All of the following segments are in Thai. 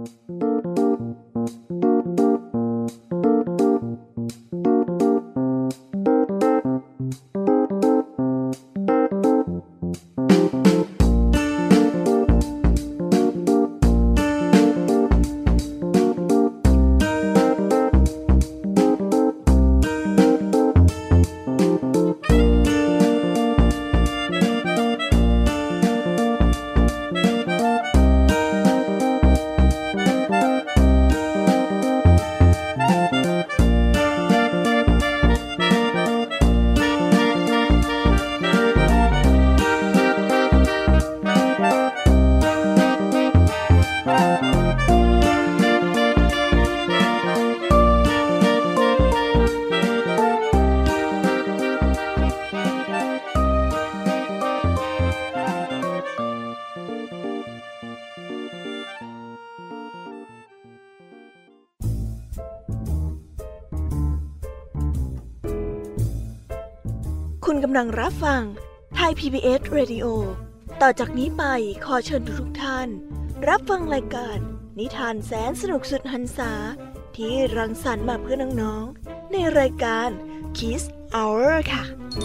คุณกำลังรับฟังไทย PBS Radio ต่อจากนี้ไปขอเชิญทุกท่านรับฟังรายการนิทานแสนสนุกสุดหรรษาที่รังสรรค์มาเพื่อน้องๆในรายการ Kids Hour ค่ะ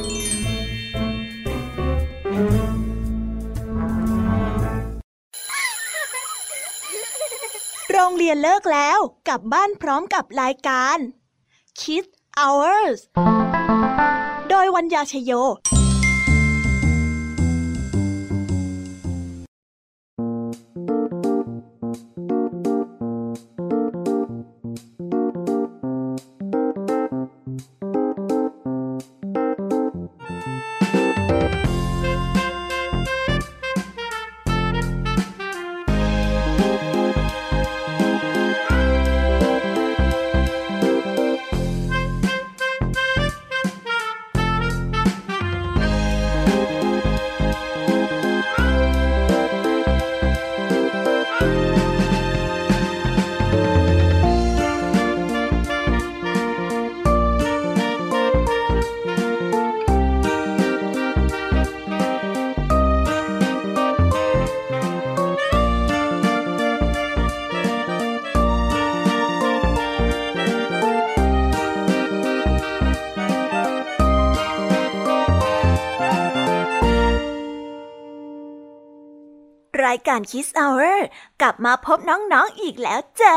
โรงเรียนเลิกแล้วกลับบ้านพร้อมกับรายการ Kids Hours โดยวัญญาชโยรายการ Kids Hour กลับมาพบน้องๆอีกแล้วจ้า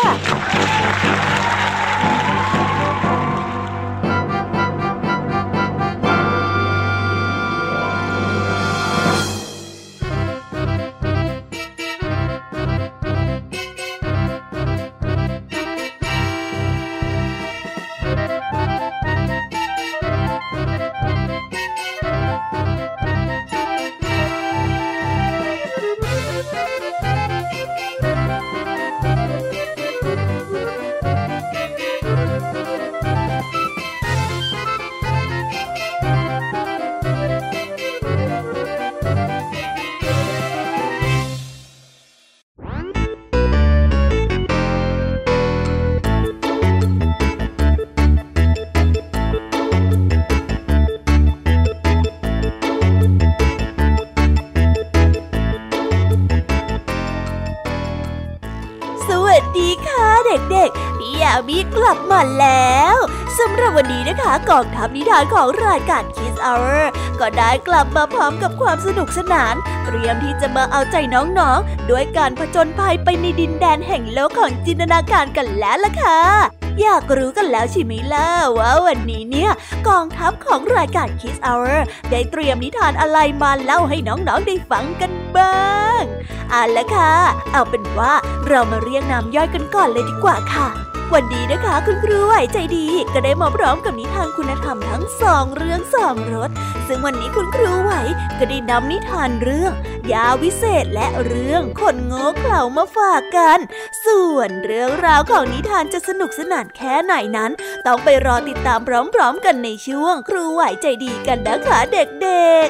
เด็กๆพี่ยามีกลับมาแล้วสำหรับวันนี้นะคะกองทัพนิทานของรายการ Kids Hour ก็ได้กลับมาพร้อมกับความสนุกสนานเตรียมที่จะมาเอาใจน้องๆด้วยการผจญภัยไปในดินแดนแห่งโลกของจินตนาการกันแล้วล่ะค่ะอยากรู้กันแล้วใช่ไหมล่ะว่าวันนี้เนี่ยกองทัพของรายการ Kids Hour ได้เตรียมนิทานอะไรมาเล่าให้น้องๆได้ฟังกันบ้างเอาละค่ะเอาเป็นว่าเรามาเรียงนามย่อยกันก่อนเลยดีกว่าค่ะวันนี้นะคะคุณครูไหวใจดีก็ได้มาพร้อมกับนิทานคุณธรรมทั้ง2เรื่อง2รสซึ่งวันนี้คุณครูไหวก็ได้นำนิทานเรื่องยาวิเศษและเรื่องคนโง่เขลามาฝากกันส่วนเรื่องราวของนิทานจะสนุกสนานแค่ไหนนั้นต้องไปรอติดตามพร้อมๆกันในช่วงครูไหวใจดีกันนะคะเด็กๆ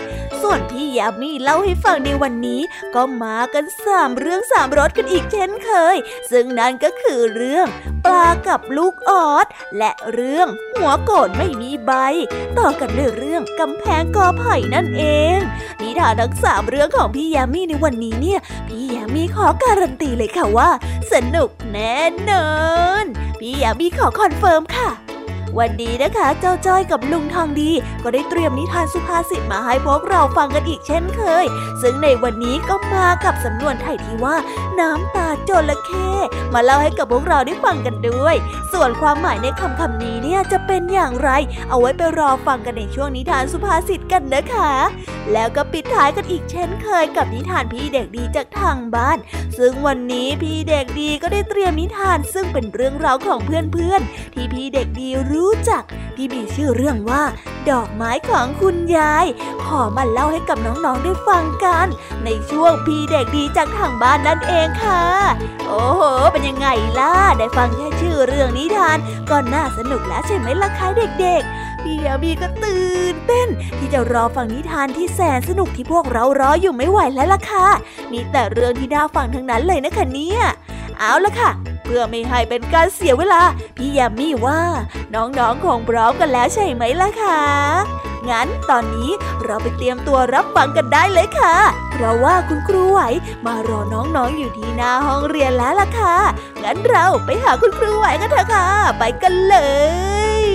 ส่วนพี่ยามีเล่าให้ฟังในวันนี้ก็มากัน3เรื่อง3รสกันอีกเช่นเคยซึ่งนั่นก็คือเรื่องปลากับลูกออสและเรื่องหัวโกนไม่มีใบต่อกันด้วยเรื่องกำแพงกอไผ่นั่นเองนิทานทั้ง3เรื่องของพี่ยามีในวันนี้เนี่ยพี่ยามีขอการันตีเลยค่ะว่าสนุกแน่นอนพี่ยามีขอคอนเฟิร์มค่ะวันนี้นะคะเจ้าจ้อยกับลุงทองดีก็ได้เตรียมนิทานสุภาษิตมาให้พวกเราฟังกันอีกเช่นเคยซึ่งในวันนี้ก็มากับสำนวนไทยที่ว่าน้ำตาจระเข้มาเล่าให้กับพวกเราได้ฟังกันด้วยส่วนความหมายในคำนี้เนี่ยจะเป็นอย่างไรเอาไว้ไปรอฟังกันในช่วงนิทานสุภาษิตกันนะคะแล้วก็ปิดท้ายกันอีกเช่นเคยกับนิทานพี่เด็กดีจากทางบ้านซึ่งวันนี้พี่เด็กดีก็ได้เตรียมนิทานซึ่งเป็นเรื่องราวของเพื่อนๆที่พี่เด็กดีรู้จักที่มีชื่อเรื่องว่าดอกไม้ของคุณยายขอมาเล่าให้กับน้องๆได้ฟังกันในช่วงพี่เด็กดีจากทางบ้านนั่นเองค่ะโอ้โหเป็นยังไงล่ะได้ฟังแค่ชื่อเรื่องนิทานก็น่าสนุกแล้วใช่ไหมล่ะคะเด็กๆพี่ยามีก็ตื่นเต้นที่จะรอฟังนิทานที่แสนสนุกที่พวกเรารออยู่ไม่ไหวแล้วล่ะค่ะมีแต่เรื่องที่น่าฟังทั้งนั้นเลยนะคะเนี่ยเอาล่ะค่ะเพื่อไม่ให้เป็นการเสียเวลาพี่ยามีว่าน้องๆคงพร้อมกันแล้วใช่ไหมล่ะคะงั้นตอนนี้เราไปเตรียมตัวรับฟังกันได้เลยค่ะเพราะว่าคุณครูไหวมารอน้องๆอยู่ที่หน้าห้องเรียนแล้วล่ะค่ะงั้นเราไปหาคุณครูไหวกันเถอะค่ะไปกันเลย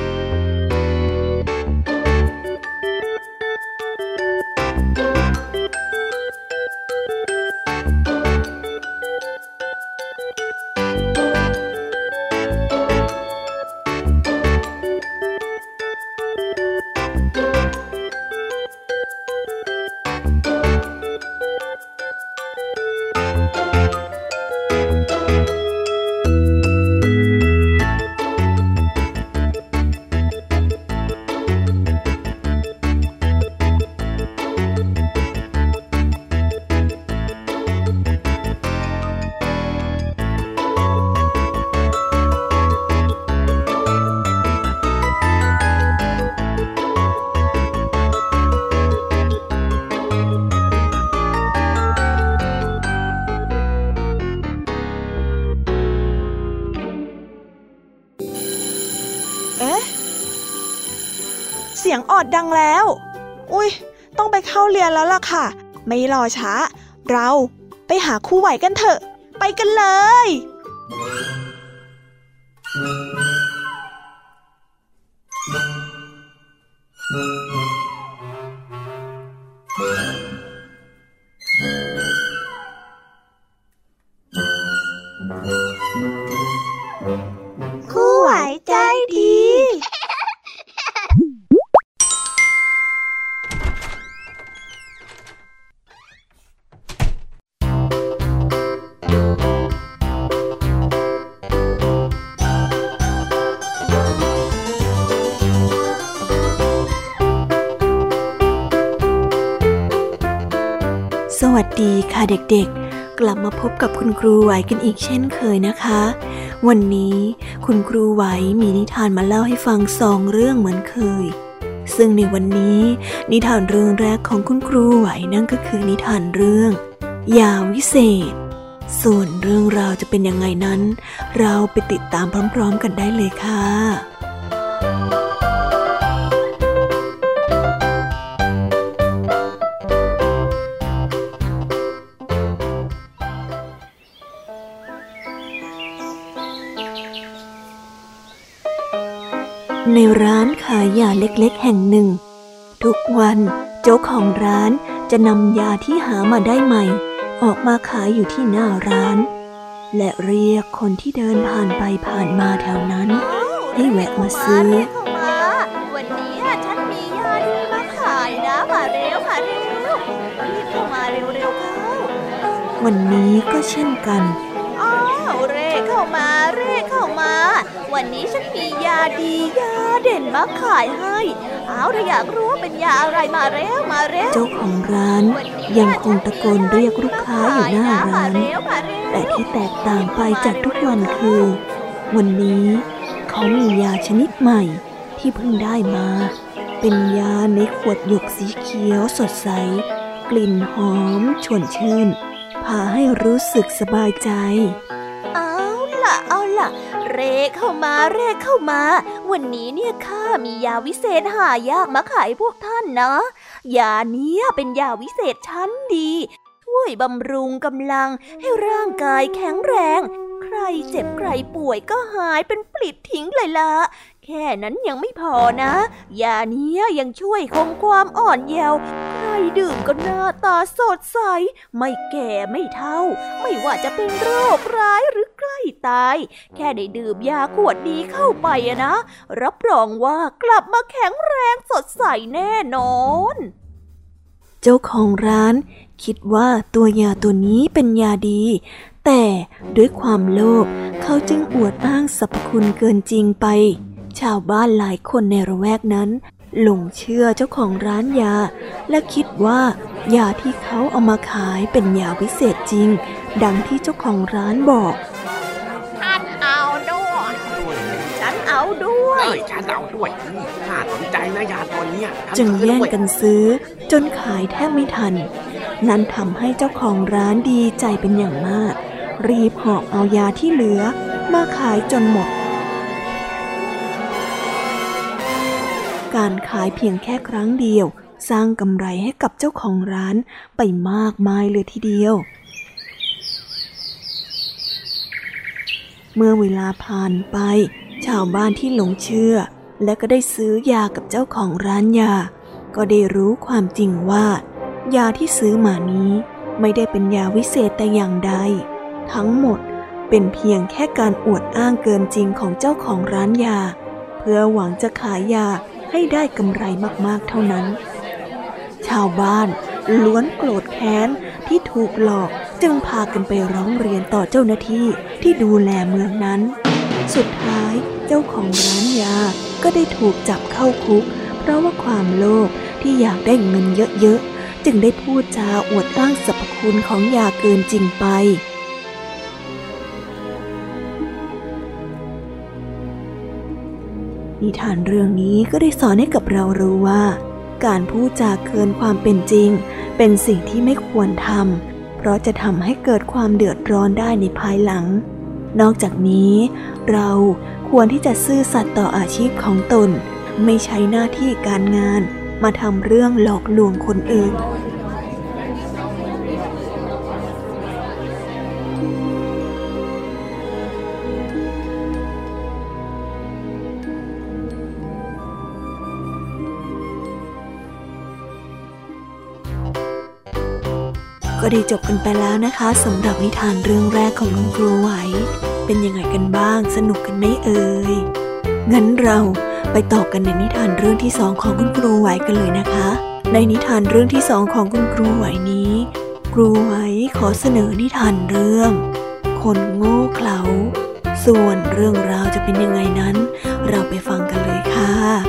เสียงออดดังแล้วอุ๊ยต้องไปเข้าเรียนแล้วล่ะค่ะไม่รอช้าเราไปหาครูไหวกันเถอะไปกันเลยครูไหวใจดีสวัสดีค่ะเด็กๆกลับมาพบกับคุณครูไหวกันอีกเช่นเคยนะคะวันนี้คุณครูไหวมีนิทานมาเล่าให้ฟัง2เรื่องเหมือนเคยซึ่งในวันนี้นิทานเรื่องแรกของคุณครูไหวนั่นก็คือนิทานเรื่องยาวิเศษส่วนเรื่องราวจะเป็นยังไงนั้นเราไปติดตามพร้อมๆกันได้เลยค่ะในร้านขายยาเล็กๆแห่งหนึ่งทุกวันเจ้าของร้านจะนำยาที่หามาได้ใหม่ออกมาขายอยู่ที่หน้าร้านและเรียกคนที่เดินผ่านไปผ่านมาแถวนั้นให้แวะมาซื้อวันนี้ฉันมียาดีมาขายนะมาเร็วรีบเข้ามาเร็วๆเข้าวันนี้ก็เช่นกันเร่เข้ามาวันนี้ฉันมียาดียาเด่นมาขายให้ถ้าอยากรู้ว่าเป็นยาอะไรมาเร็วเจ้าของร้านยังคงตะโกนเรียกลูกค้าอยู่หน้าร้านแต่ที่แตกต่างไปจากทุกวันคือวันนี้เขามียาชนิดใหม่ที่เพิ่งได้มาเป็นยาในขวดหยกสีเขียวสดใสกลิ่นหอมชวนชื่นพาให้รู้สึกสบายใจเอาล่ะเร่เข้ามาวันนี้เนี่ยข้ามียาวิเศษหายากมาขายพวกท่านนะยาเนี้ยเป็นยาวิเศษชั้นดีช่วยบำรุงกำลังให้ร่างกายแข็งแรงใครเจ็บใครป่วยก็หายเป็นปลิดทิ้งเลยล่ะแค่นั้นยังไม่พอนะยาเนี้ยยังช่วยคงความอ่อนเยาว์ใครดื่มก็หน้าตาสดใสไม่แก่ไม่เฒ่าไม่ว่าจะเป็นโรคร้ายหรือใกล้ตายแค่ได้ดื่มยาขวดนี้เข้าไปนะรับรองว่ากลับมาแข็งแรงสดใสแน่นอนเจ้าของร้านคิดว่าตัวยาตัวนี้เป็นยาดีแต่ด้วยความโลภเขาจึงอวดอ้างสรรพคุณเกินจริงไปชาวบ้านหลายคนในละแวกนั้นหลงเชื่อเจ้าของร้านยาและคิดว่ายาที่เขาเอามาขายเป็นยาวิเศษจริงดังที่เจ้าของร้านบอกท่านเอาด้วยฉันเอาด้วยฉันเอาด้วยน่าสนใจนะยาตัวนี้จึงแย่งกันซื้อจนขายแทบไม่ทันนั่นทำให้เจ้าของร้านดีใจเป็นอย่างมากรีบหอบเอายาที่เหลือมาขายจนหมดการขายเพียงแค่ครั้งเดียวสร้างกำไรให้กับเจ้าของร้านไปมากมายเลยทีเดียวเมื่อเวลาผ่านไปชาวบ้านที่หลงเชื่อและก็ได้ซื้อยากับเจ้าของร้านยาก็ได้รู้ความจริงว่ายาที่ซื้อมานี้ไม่ได้เป็นยาวิเศษแต่อย่างใดทั้งหมดเป็นเพียงแค่การอวดอ้างเกินจริงของเจ้าของร้านยาเพื่อหวังจะขายยาให้ได้กำไรมากๆเท่านั้นชาวบ้านล้วนโกรธแค้นที่ถูกหลอกจึงพากันไปร้องเรียนต่อเจ้าหน้าที่ที่ดูแลเมืองนั้นสุดท้ายเจ้าของร้านยาก็ได้ถูกจับเข้าคุกเพราะว่าความโลภที่อยากได้เงินเยอะๆจึงได้พูดจาอวดอ้างสรรพคุณของยาเกินจริงไปนิทานเรื่องนี้ก็ได้สอนให้กับเรารู้ว่าการพูดจาเกินความเป็นจริงเป็นสิ่งที่ไม่ควรทำเพราะจะทำให้เกิดความเดือดร้อนได้ในภายหลังนอกจากนี้เราควรที่จะซื่อสัตย์ต่ออาชีพของตนไม่ใช้หน้าที่การงานมาทำเรื่องหลอกลวงคนอื่นก็ได้จบกันไปแล้วนะคะสำหรับนิทานเรื่องแรกของคุณครูไหวเป็นยังไงกันบ้างสนุกกันไหมเอ่ยงั้นเราไปต่อกันในนิทานเรื่องที่2ของคุณครูไหวกันเลยนะคะในนิทานเรื่องที่2ของคุณครูไหวนี้ครูไหวขอเสนอนิทานเรื่องคนโง่เขลาส่วนเรื่องราวจะเป็นยังไงนั้นเราไปฟังกันเลยค่ะ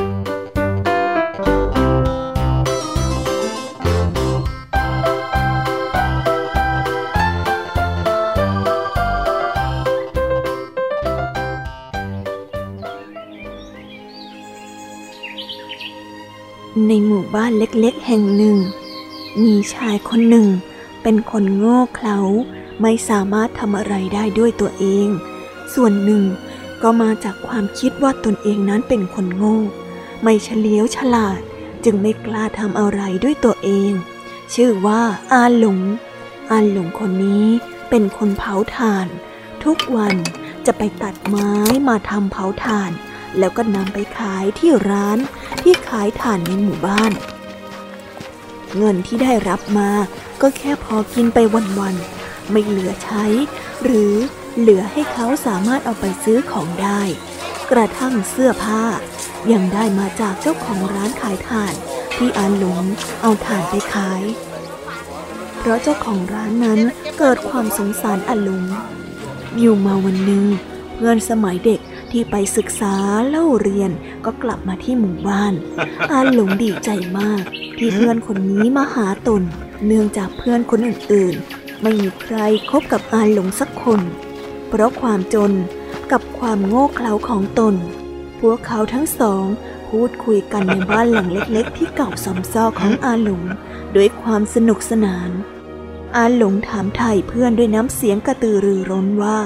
ในหมู่บ้านเล็กๆแห่งหนึ่งมีชายคนหนึ่งเป็นคนโง่เขลาไม่สามารถทำอะไรได้ด้วยตัวเองส่วนหนึ่งก็มาจากความคิดว่าตนเองนั้นเป็นคนโง่ไม่เฉลียวฉลาดจึงไม่กล้าทำอะไรด้วยตัวเองชื่อว่าอาหลงคนนี้เป็นคนเผาถ่านทุกวันจะไปตัดไม้มาทำเผาถ่านแล้วก็นำไปขายที่ร้านที่ขายถ่านในหมู่บ้านเงินที่ได้รับมาก็แค่พอกินไปวันๆไม่เหลือใช้หรือเหลือให้เขาสามารถเอาไปซื้อของได้กระทั่งเสื้อผ้ายังได้มาจากเจ้าของร้านขายถ่านที่อาหลงเอาถ่านไปขายเพราะเจ้าของร้านนั้นเกิดความสงสารอาหลงอยู่มาวันหนึ่งเพื่อนสมัยเด็กที่ไปศึกษาเล่าเรียนก็กลับมาที่หมู่บ้านอาหลงดีใจมากที่เพื่อนคนนี้มาหาตนเนื่องจากเพื่อนคนอื่นๆไม่มีใครคบกับอาหลงสักคนเพราะความจนกับความโง่เขลาของตนพวกเขาทั้งสองพูดคุยกันในบ้านหลังเล็กๆที่เก่าซอมซ่อของอาหลงด้วยความสนุกสนานอาหลงถามไถ่เพื่อนด้วยน้ำเสียงกระตือรือร้นว่า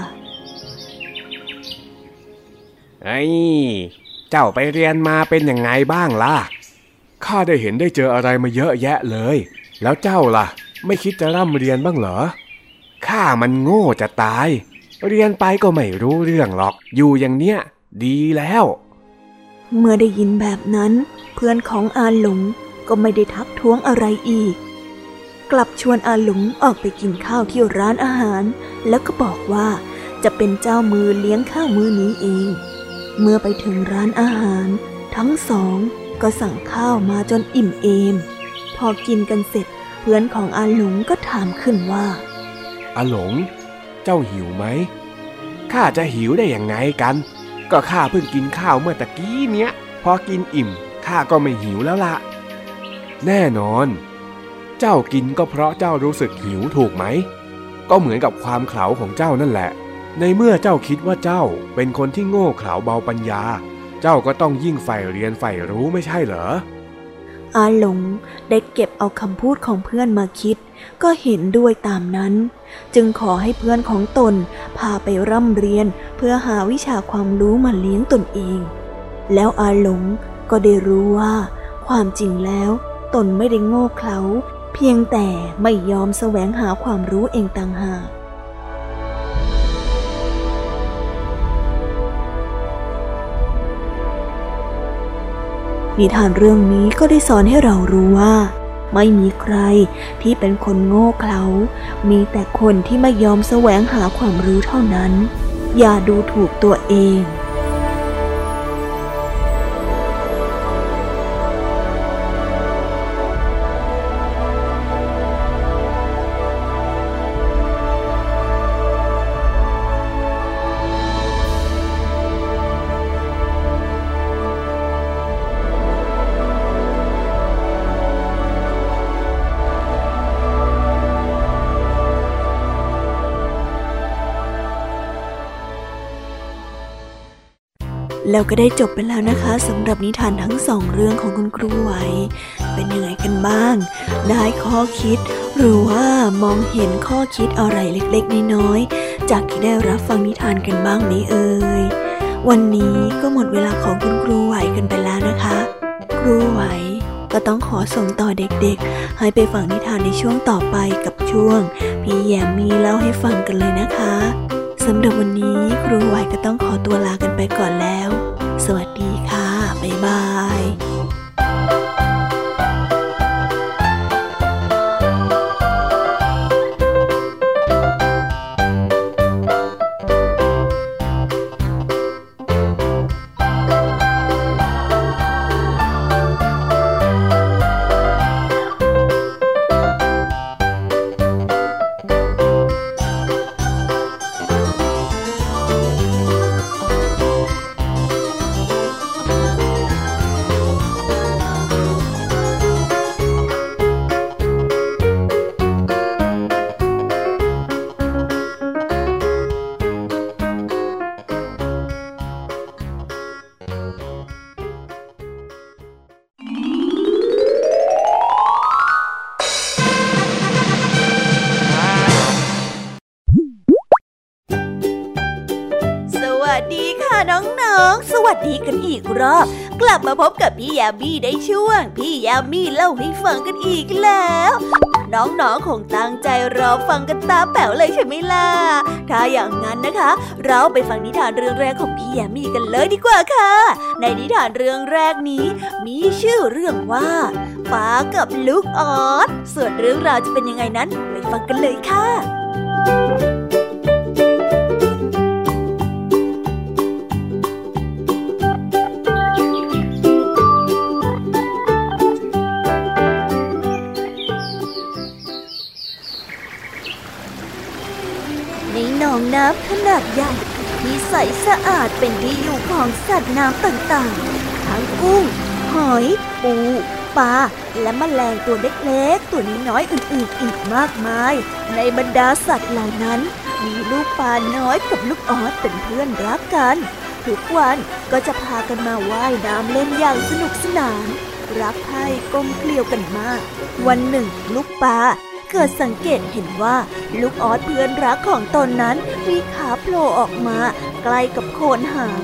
ไอ้เจ้าไปเรียนมาเป็นยังไงบ้างล่ะข้าได้เห็นได้เจออะไรมาเยอะแยะเลยแล้วเจ้าล่ะไม่คิดจะร่ำเรียนบ้างเหรอข้ามันโง่จะตายเรียนไปก็ไม่รู้เรื่องหรอกอยู่อย่างเนี้ยดีแล้วเมื่อได้ยินแบบนั้นเพื่อนของอาหลงก็ไม่ได้ทักท้วงอะไรอีกกลับชวนอาหลงออกไปกินข้าวที่ร้านอาหารแล้วก็บอกว่าจะเป็นเจ้ามือเลี้ยงข้าวมื้อนี้เองเมื่อไปถึงร้านอาหารทั้งสองก็สั่งข้าวมาจนอิ่มเอมพอกินกันเสร็จเพื่อนของอาหลงก็ถามขึ้นว่าอาหลงเจ้าหิวไหมข้าจะหิวได้อย่างไงกันก็ข้าเพิ่งกินข้าวเมื่อตะกี้เนี้ยพอกินอิ่มข้าก็ไม่หิวแล้วล่ะแน่นอนเจ้ากินก็เพราะเจ้ารู้สึกหิวถูกไหมก็เหมือนกับความเขลาของเจ้านั่นแหละในเมื่อเจ้าคิดว่าเจ้าเป็นคนที่โง่เขลาเบาปัญญาเจ้าก็ต้องยิ่งใฝ่เรียนใฝ่รู้ไม่ใช่เหรออาหลงได้เก็บเอาคำพูดของเพื่อนมาคิดก็เห็นด้วยตามนั้นจึงขอให้เพื่อนของตนพาไปร่ำเรียนเพื่อหาวิชาความรู้มาเลี้ยงตนเองแล้วอาหลงก็ได้รู้ว่าความจริงแล้วตนไม่ได้โง่เขลาเพียงแต่ไม่ยอมแสวงหาความรู้เองต่างหากนิทานเรื่องนี้ก็ได้สอนให้เรารู้ว่าไม่มีใครที่เป็นคนโง่เขลามีแต่คนที่ไม่ยอมแสวงหาความรู้เท่านั้นอย่าดูถูกตัวเองแล้วก็ได้จบไปแล้วนะคะสำหรับนิทานทั้งสองเรื่องของคุณครูไหวเป็นยังไงกันบ้างได้ข้อคิดหรือว่ามองเห็นข้อคิดอะไรเล็กๆน้อยๆจากที่ได้รับฟังนิทานกันบ้างนี้เอ่ยวันนี้ก็หมดเวลาของคุณครูไหวกันไปแล้วนะคะครูไหวก็ต้องขอส่งต่อเด็กๆให้ไปฟังนิทานในช่วงต่อไปกับช่วงพี่แยมมี่เล่าให้ฟังกันเลยนะคะสำหรับวันนี้ครูไหวก็ต้องขอตัวลากันไปก่อนแล้วสวัสดีค่ะบ๊ายบายน้องๆสวัสดีกันอีกรอบกลับมาพบกับพี่ยามีในช่วงพี่ยามีเล่าให้ฟังกันอีกแล้วน้องๆคงตั้งใจรอฟังกันตาแป๋วเลยใช่ไหมล่ะถ้าอย่างนั้นนะคะเราไปฟังนิทานเรื่องแรกของพี่ยามีกันเลยดีกว่าค่ะในนิทานเรื่องแรกนี้มีชื่อเรื่องว่าฟ้ากับลูกออสส่วนเรื่องราวจะเป็นยังไงนั้นไปฟังกันเลยค่ะน้ำขนาดใหญ่ที่ใสสะอาดเป็นที่อยู่ของสัตว์น้ำต่างๆทั้งกุ้งหอยปูปลาและแมลงตัวเล็กๆตัวน้อยๆอื่นๆอีกมากมายในบรรดาสัตว์เหล่านั้นมีลูกปลาน้อยกับลูกออสเป็นเพื่อนรักกันททุกวันก็จะพากันมาว่ายน้ำเล่นอย่างสนุกสนานรักใคร่กลมเกลียวกันมากวันหนึ่งลูกปลาเกิดสังเกตเห็นว่าลูกออสเพื่อนรักของตนนั้นมีขาโผล่ออกมาใกล้กับโคนหาง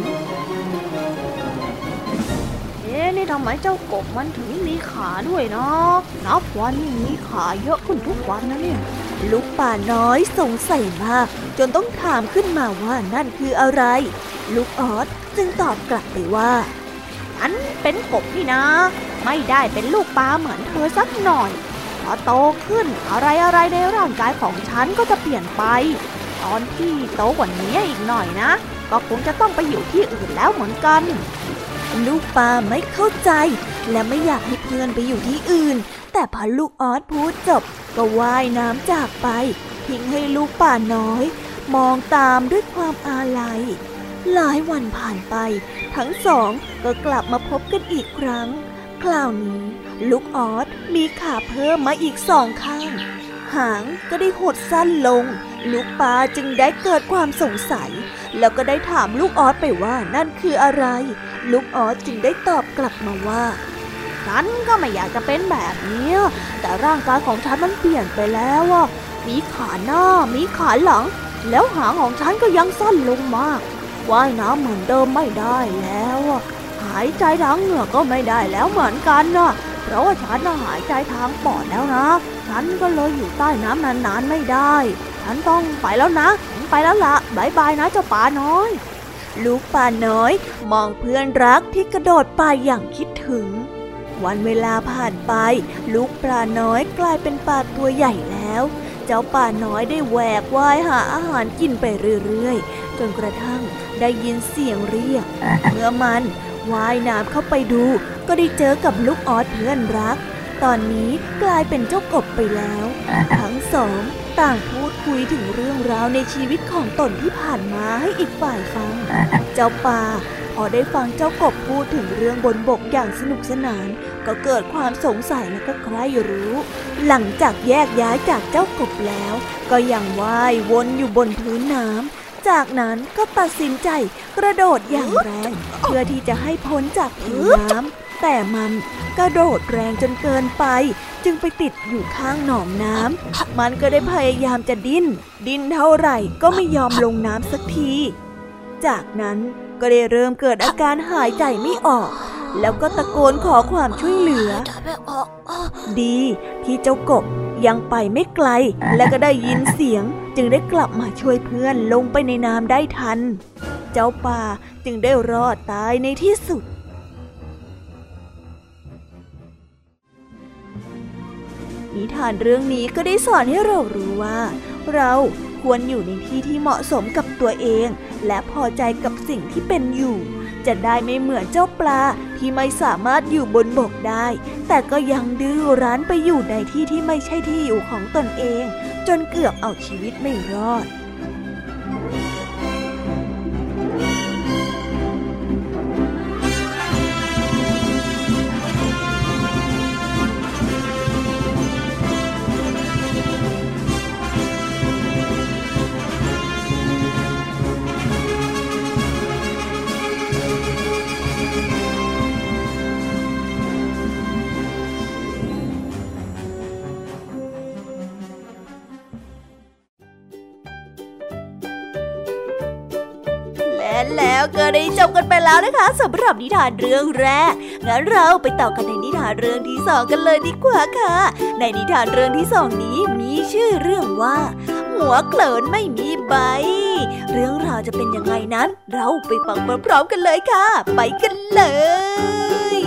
นี่ทำไมเจ้ากบมันถึงมีขาด้วยเนาะนับวันนี่มีขาเยอะขึ้นทุกวันนะเนี่ยลูกป่าน้อยสงสัยมากจนต้องถามขึ้นมาว่านั่นคืออะไรลูกออสจึงตอบกลับไปว่าฉันเป็นกบนี่นะไม่ได้เป็นลูกปลาเหมือนเธอสักหน่อยพอโตขึ้นอะไรในร่างกายของฉันก็จะเปลี่ยนไปตอนที่โตกว่านี้อีกหน่อยนะก็คงจะต้องไปอยู่ที่อื่นแล้วเหมือนกันลูกปลาไม่เข้าใจและไม่อยากให้เพื่อนไปอยู่ที่อื่นแต่พอลูกออสพูดจบก็ว่ายน้ำจากไปทิ้งให้ลูกป่าน้อยมองตามด้วยความอาลัยหลายวันผ่านไปทั้งสองก็กลับมาพบกันอีกครั้งคราวนี้ลูกออสมีขาเพิ่มมาอีก2 ข้างหางก็ได้หดสั้นลงลูกปลาจึงได้เกิดความสงสัยแล้วก็ได้ถามลูกออสไปว่านั่นคืออะไรลูกออสจึงได้ตอบกลับมาว่าฉันก็ไม่อยากจะเป็นแบบนี้แต่ร่างกายของฉันมันเปลี่ยนไปแล้วมีขาหน้ามีขาหลังแล้วหางของฉันก็ยังสั้นลงมากว่ายน้ำเหมือนเดิมไม่ได้แล้วหายใจทางเหงือกก็ไม่ได้แล้วเหมือนกันนะเพราะว่าฉันหายใจทางปอดแล้วนะฉันก็เลยอยู่ใต้น้ำนานๆไม่ได้ฉันต้องไปแล้วนะไปแล้วล่ะบ๊ายบายนะเจ้าปลาน้อยลูกปลาน้อยมองเพื่อนรักที่กระโดดไปอย่างคิดถึงวันเวลาผ่านไปลูกปลาน้อยกลายเป็นปลาตัวใหญ่แล้วเจ้าปลาน้อยได้แหวกว่ายหาอาหารกินไปเรื่อยๆจนกระทั่งได้ยินเสียงเรียกเมื่อมันว่ายน้ำเข้าไปดูก็ได้เจอกับลูกออสเพื่อนรักตอนนี้กลายเป็นเจ้ากบไปแล้วทั้งสองต่างพูดคุยถึงเรื่องราวในชีวิตของตนที่ผ่านมาให้อีกฝ่ายฟังเจ้าปลาพอได้ฟังเจ้ากบพูดถึงเรื่องบนบกอย่างสนุกสนานก็เกิดความสงสัยและก็ใคร่รู้หลังจากแยกย้ายจากเจ้ากบแล้วก็ยังว่ายวนอยู่บนพื้นน้ำจากนั้นก็ตัดสินใจกระโดดอย่างแรงเพื่อที่จะให้พ้นจากผิวน้ำแต่มันกระโดดแรงจนเกินไปจึงไปติดอยู่ข้างหนองน้ำมันก็ได้พยายามจะดิ้นเท่าไหร่ก็ไม่ยอมลงน้ำสักทีจากนั้นก็ได้เริ่มเกิดอาการหายใจไม่ออกแล้วก็ตะโกนขอความช่วยเหลือดีที่เจ้ากบยังไปไม่ไกลและก็ได้ยินเสียงจึงได้กลับมาช่วยเพื่อนลงไปในน้ำได้ทันเจ้าป่าจึงได้รอดตายในที่สุดนิทานเรื่องนี้ก็ได้สอนให้เรารู้ว่าเราควรอยู่ในที่ที่เหมาะสมกับตัวเองและพอใจกับสิ่งที่เป็นอยู่จะได้ไม่เหมือนเจ้าปลาที่ไม่สามารถอยู่บนบกได้แต่ก็ยังดื้อรั้นไปอยู่ในที่ที่ไม่ใช่ที่อยู่ของตนเองจนเกือบเอาชีวิตไม่รอดแล้วก็ได้จบกันไปแล้วนะคะสำหรับนิทานเรื่องแรกงั้นเราไปต่อกันในนิทานเรื่องที่2กันเลยดีกว่าค่ะในนิทานเรื่องที่2นี้มีชื่อเรื่องว่าหัวโขลนไม่มีใบเรื่องราวจะเป็นยังไงนั้นเราไปฟังพร้อมๆกันเลยค่ะไปกันเลย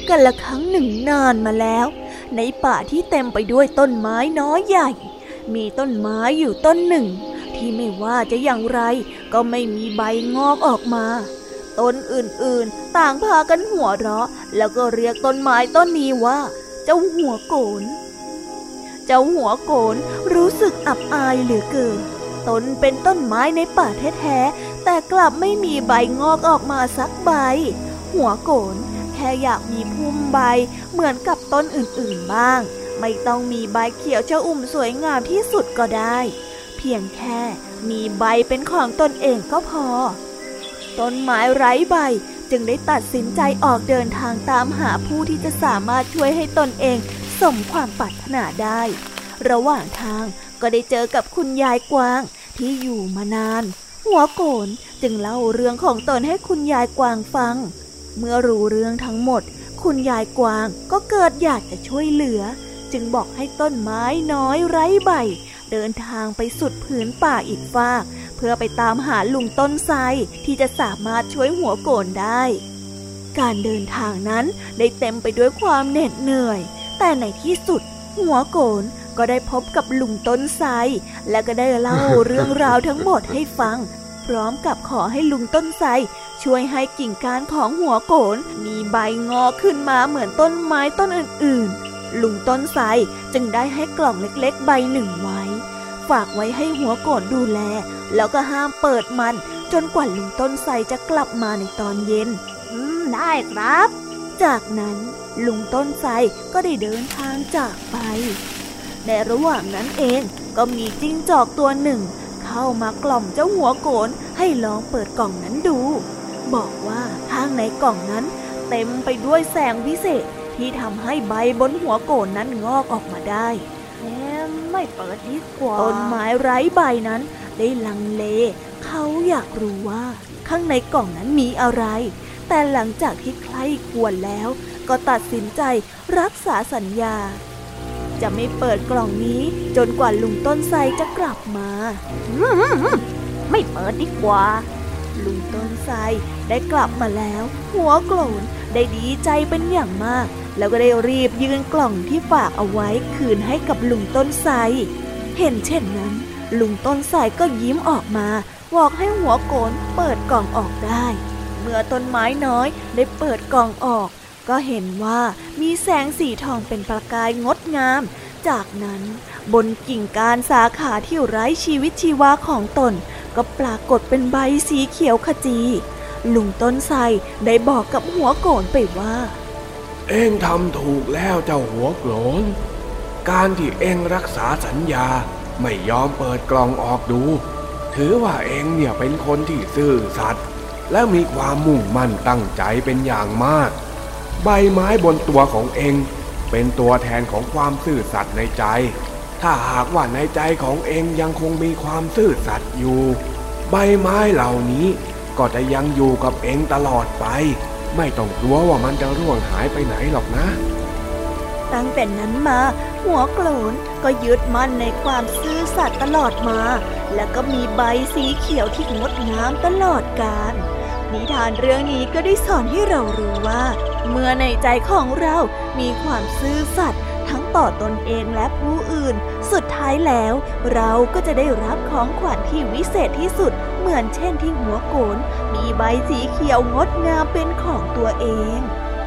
กันละครั้งหนึ่งนานมาแล้วในป่าที่เต็มไปด้วยต้นไม้น้อยใหญ่มีต้นไม้อยู่ต้นหนึ่งที่ไม่ว่าจะอย่างไรก็ไม่มีใบงอกออกมาต้นอื่นๆต่างพากันหัวเราะแล้วก็เรียกต้นไม้ต้นนี้ว่าเจ้าหัวโกนเจ้าหัวโกนรู้สึกอับอายเหลือเกินตนเป็นต้นไม้ในป่าแท้ๆแต่กลับไม่มีใบงอกออกมาสักใบหัวโกนแค่อยากมีพุ่มใบเหมือนกับต้นอื่นๆบ้างไม่ต้องมีใบเขียวชอุ่มสวยงามที่สุดก็ได้เพียงแค่มีใบเป็นของตนเองก็พอต้นไม้ไร้ใบจึงได้ตัดสินใจออกเดินทางตามหาผู้ที่จะสามารถช่วยให้ตนเองสมความปรารถนาได้ระหว่างทางก็ได้เจอกับคุณยายกวางที่อยู่มานานหัวโกนจึงเล่าเรื่องของตนให้คุณยายกวางฟังเมื่อรู้เรื่องทั้งหมดคุณยายกวางก็เกิดอยากจะช่วยเหลือจึงบอกให้ต้นไม้น้อยไร้ใบเดินทางไปสุดผืนป่าอีกฟากเพื่อไปตามหาลุงต้นไทรที่จะสามารถช่วยหัวโกนได้การเดินทางนั้นได้เต็มไปด้วยความเหน็ดเหนื่อยแต่ในที่สุดหัวโกนก็ได้พบกับลุงต้นไทรและก็ได้เล่าเรื่องราวทั้งหมดให้ฟังพร้อมกับขอให้ลุงต้นไทรช่วยให้กิ่งก้านของหัวโกนมีใบงอกขึ้นมาเหมือนต้นไม้ต้นอื่นๆลุงต้นไทรจึงได้ให้กล่องเล็กๆใบหนึ่งไว้ฝากไว้ให้หัวโกนดูแลแล้วก็ห้ามเปิดมันจนกว่าลุงต้นไทรจะกลับมาในตอนเย็นได้ครับจากนั้นลุงต้นไทรก็ได้เดินทางจากไปในระหว่างนั้นเองก็มีจิ้งจอกตัวหนึ่งเข้ามากล่อมเจ้าหัวโกนให้ลองเปิดกล่องนั้นดูบอกว่าข้างในกล่องนั้นเต็มไปด้วยแสงวิเศษที่ทำให้ใบบนหัวโกนนั้นงอกออกมาได้ไม่เปิดดีกว่าต้นไม้ไร้ใบนั้นได้ลังเลเขาอยากรู้ว่าข้างในกล่องนั้นมีอะไรแต่หลังจากที่ใคร่ควรแล้วก็ตัดสินใจรักษาสัญญาจะไม่เปิดกล่องนี้จนกว่าลุงต้นไทรจะกลับมาไม่เปิดดีกว่าลุงต้นไทรได้กลับมาแล้วหัวโกนได้ดีใจเป็นอย่างมากแล้วก็ได้รีบยื่นกล่องที่ฝากเอาไว้คืนให้กับลุงต้นไทรเห็นเช่นนั้นลุงต้นไทรก็ยิ้มออกมาบอกให้หัวโกนเปิดกล่องออกได้เมื่อต้นไม้น้อยได้เปิดกล่องออกก็เห็นว่ามีแสงสีทองเป็นประกายงดงามจากนั้นบนกิ่งก้านสาขาที่ไร้ชีวิตชีวาของตนก็ปรากฏเป็นใบสีเขียวขจีลุงต้นไทรได้บอกกับหัวโกนไปว่าเอ็งทำถูกแล้วเจ้าหัวโกนการที่เอ็งรักษาสัญญาไม่ยอมเปิดกล่องออกดูถือว่าเอ็งเนี่ยเป็นคนที่ซื่อสัตย์และมีความมุ่งมั่นตั้งใจเป็นอย่างมากใบไม้บนตัวของเอ็งเป็นตัวแทนของความซื่อสัตย์ในใจถ้าหากว่าในใจของเอ็งยังคงมีความซื่อสัตย์อยู่ใบไม้เหล่านี้ก็จะยังอยู่กับเอ็งตลอดไปไม่ต้องกลัวว่ามันจะร่วงหายไปไหนหรอกนะตั้งแต่นั้นมาหัวโกนก็ยึดมั่นในความซื่อสัตย์ตลอดมาและก็มีใบสีเขียวที่งดงามตลอดกาลนิทานเรื่องนี้ก็ได้สอนให้เรารู้ว่าเมื่อในใจของเรามีความซื่อสัตย์ทั้งต่อตนเองและผู้อื่นสุดท้ายแล้วเราก็จะได้รับของขวัญที่วิเศษที่สุดเหมือนเช่นที่หัวโกนมีใบสีเขียวงดงามเป็นของตัวเอง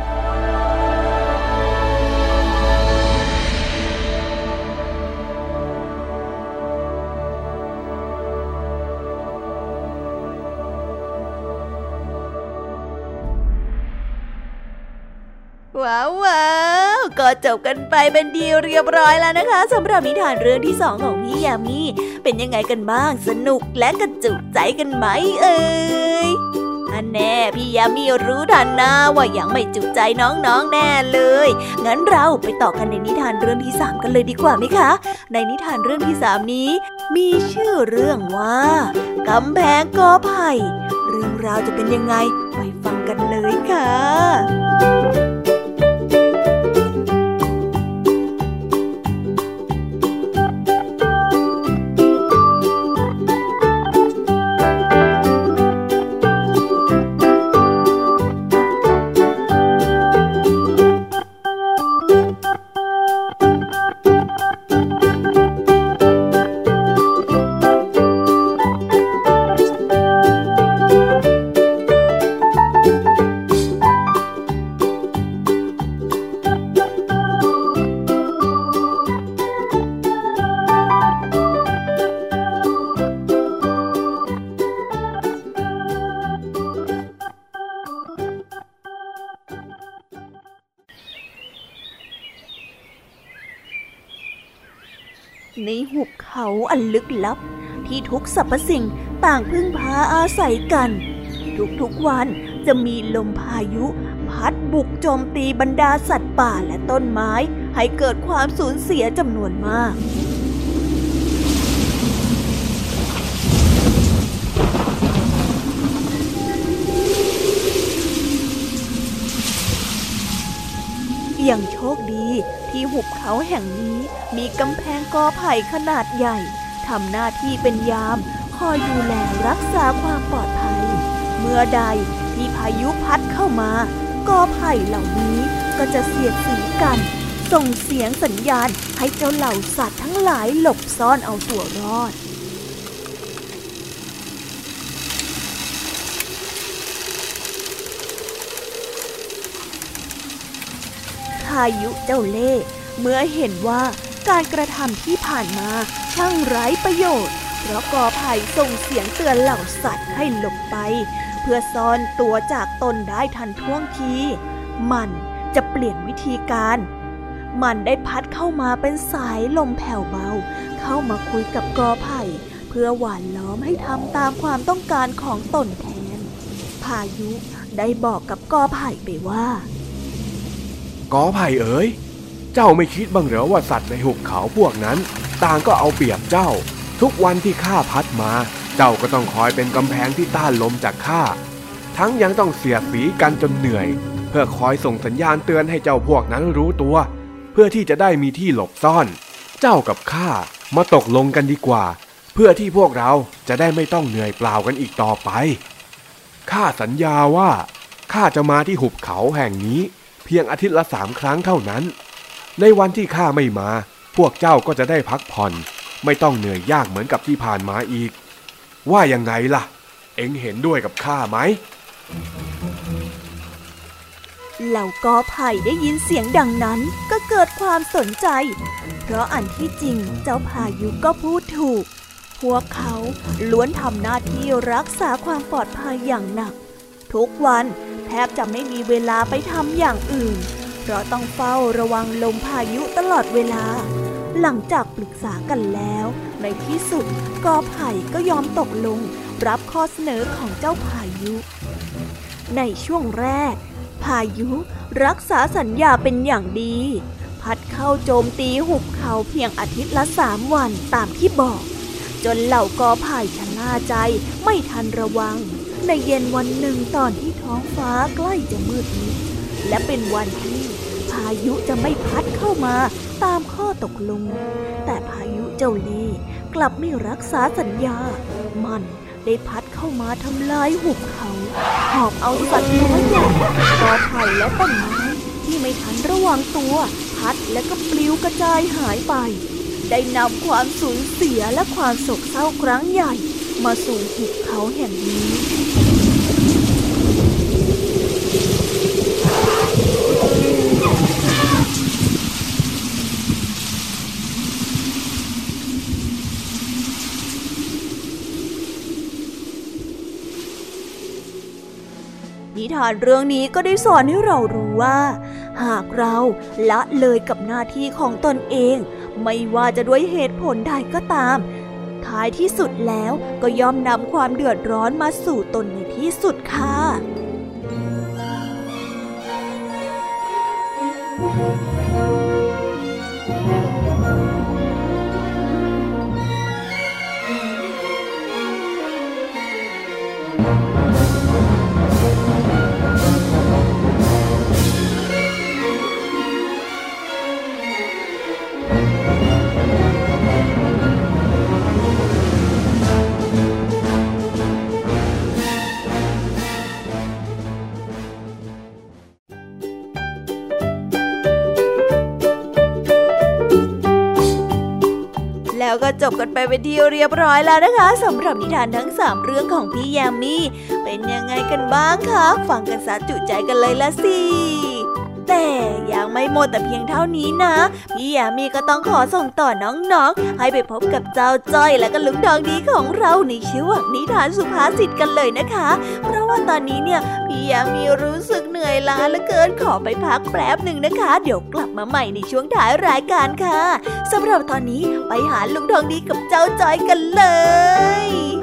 ว้าวก็จบกันไปเป็นดีเรียบร้อยแล้วนะคะสำหรับนิทานเรื่องที่2ของพี่ยามีเป็นยังไงกันบ้างสนุกและกระจุใจกันไหมเอ่ยอันแน่พี่ยามีรู้ทันนะว่ายังไม่จุใจน้องๆแน่เลยงั้นเราไปต่อกันในนิทานเรื่องที่3กันเลยดีกว่าไหมคะในนิทานเรื่องที่3นี้มีชื่อเรื่องว่ากำแพงกอไผ่เรื่องราวจะเป็นยังไงไปฟังกันเลยค่ะในหุบเขาอันลึกลับที่ทุกสรรพสิ่งต่างพึ่งพาอาศัยกันทุกๆวันจะมีลมพายุพัดบุกโจมตีบรรดาสัตว์ป่าและต้นไม้ให้เกิดความสูญเสียจำนวนมากอย่างโชคดีที่หุบเขาแห่งนี้มีกำแพงกอไผ่ขนาดใหญ่ทำหน้าที่เป็นยามคอยดูแลรักษาความปลอดภัยเมื่อใดที่พายุพัดเข้ามากอไผ่เหล่านี้ก็จะเสียดสีกันส่งเสียงสัญญาณให้เจ้าเหล่าสัตว์ทั้งหลายหลบซ่อนเอาตัวรอดพายุเจ้าเล่ห์เมื่อเห็นว่าการกระทำที่ผ่านมาช่างไร้ประโยชน์เพราะกอไผ่ส่งเสียงเตือนเหล่าสัตว์ให้หลบไปเพื่อซ่อนตัวจากตนได้ทันท่วงทีมันจะเปลี่ยนวิธีการมันได้พัดเข้ามาเป็นสายลมแผ่วเบาเข้ามาคุยกับกอไผ่เพื่อหว่านล้อมให้ทำตามความต้องการของตนแทนพายุได้บอกกับกอไผ่ไปว่ากอไผ่เอ๋ยเจ้าไม่คิดบ้างเหรอว่าสัตว์ในหุบเขาพวกนั้นต่างก็เอาเปรียบเจ้าทุกวันที่ข้าพัดมาเจ้าก็ต้องคอยเป็นกำแพงที่ต้านลมจากข้าทั้งยังต้องเสียดสีกันจนเหนื่อยเพื่อคอยส่งสัญญาณเตือนให้เจ้าพวกนั้นรู้ตัวเพื่อที่จะได้มีที่หลบซ่อนเจ้ากับข้ามาตกลงกันดีกว่าเพื่อที่พวกเราจะได้ไม่ต้องเหนื่อยเปล่ากันอีกต่อไปข้าสัญญาว่าข้าจะมาที่หุบเขาแห่งนี้เพียงอาทิตย์ละ3 ครั้งเท่านั้นในวันที่ข้าไม่มาพวกเจ้าก็จะได้พักผ่อนไม่ต้องเหนื่อยยากเหมือนกับที่ผ่านมาอีกว่ายังไงล่ะเอ็งเห็นด้วยกับข้าไหมเหล่ากอไผ่ได้ยินเสียงดังนั้นก็เกิดความสนใจเพราะอันที่จริงเจ้าพายุก็พูดถูกพวกเขาล้วนทำหน้าที่รักษาความปลอดภัยอย่างหนักทุกวันแทบจะไม่มีเวลาไปทำอย่างอื่นเพราะต้องเฝ้าระวังลมพายุตลอดเวลาหลังจากปรึกษากันแล้วในที่สุดกอไผ่ก็ยอมตกลงรับข้อเสนอของเจ้าพายุในช่วงแรกพายุรักษาสัญญาเป็นอย่างดีพัดเข้าโจมตีหุบเขาเพียงอาทิตย์ละ3 วันตามที่บอกจนเหล่ากอไผ่ชะล่าใจไม่ทันระวังในเย็นวันหนึ่งตอนที่ท้องฟ้าใกล้จะมืดมิดและเป็นวันที่พายุจะไม่พัดเข้ามาตามข้อตกลงแต่พายุเจ้าเล่ห์กลับไม่รักษาสัญญามันได้พัดเข้ามาทำลายหุบเขาหอบเอาสัตว์น้อยใหญ่กอไผ่และต้นไม้ที่ไม่ทันระวังตัวพัดและก็ปลิวกระจายหายไปได้นำความสูญเสียและความโศกเศร้าครั้งใหญ่มาสู่หุบเขาแห่งนี้ นิทานเรื่องนี้ก็ได้สอนให้เรารู้ว่าหากเราละเลยกับหน้าที่ของตนเองไม่ว่าจะด้วยเหตุผลใดก็ตามท้ายที่สุดแล้วก็ย่อมนำความเดือดร้อนมาสู่ตนในที่สุดค่ะแล้วก็จบกันไปเป็นที่เรียบร้อยแล้วนะคะสำหรับนิทานทั้ง3เรื่องของพี่แยมมี่เป็นยังไงกันบ้างคะฟังกันสะจุใจกันเลยละสิแต่ยังไม่ไม่หมดแต่เพียงเท่านี้นะพี่ยามีก็ต้องขอส่งต่อน้องๆให้ไปพบกับเจ้าจ้อยและก็ลุงทองดีของเราในช่วงนิทานสุภาษิตกันเลยนะคะเพราะว่าตอนนี้เนี่ยพี่ยามีรู้สึกเหนื่อยล้าเหลือเกินขอไปพักแป๊บหนึ่งนะคะเดี๋ยวกลับมาใหม่ในช่วงท้ายรายการค่ะสำหรับตอนนี้ไปหาลุงทองดีกับเจ้าจ้อยกันเลย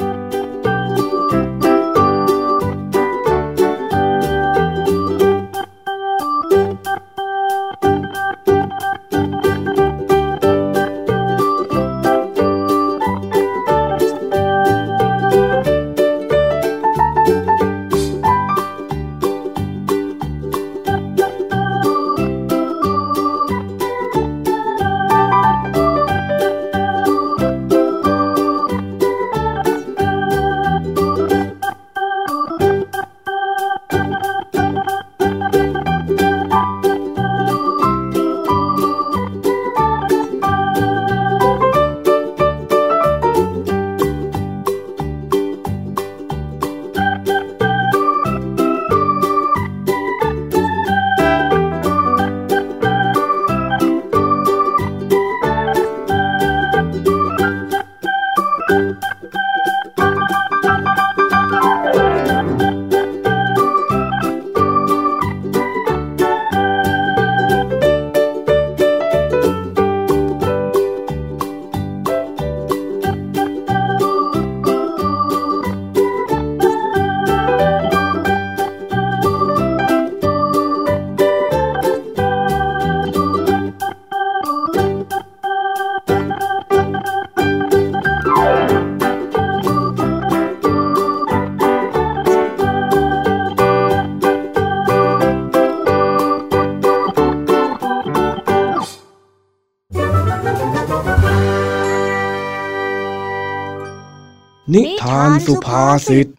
นิทานสุภาษิต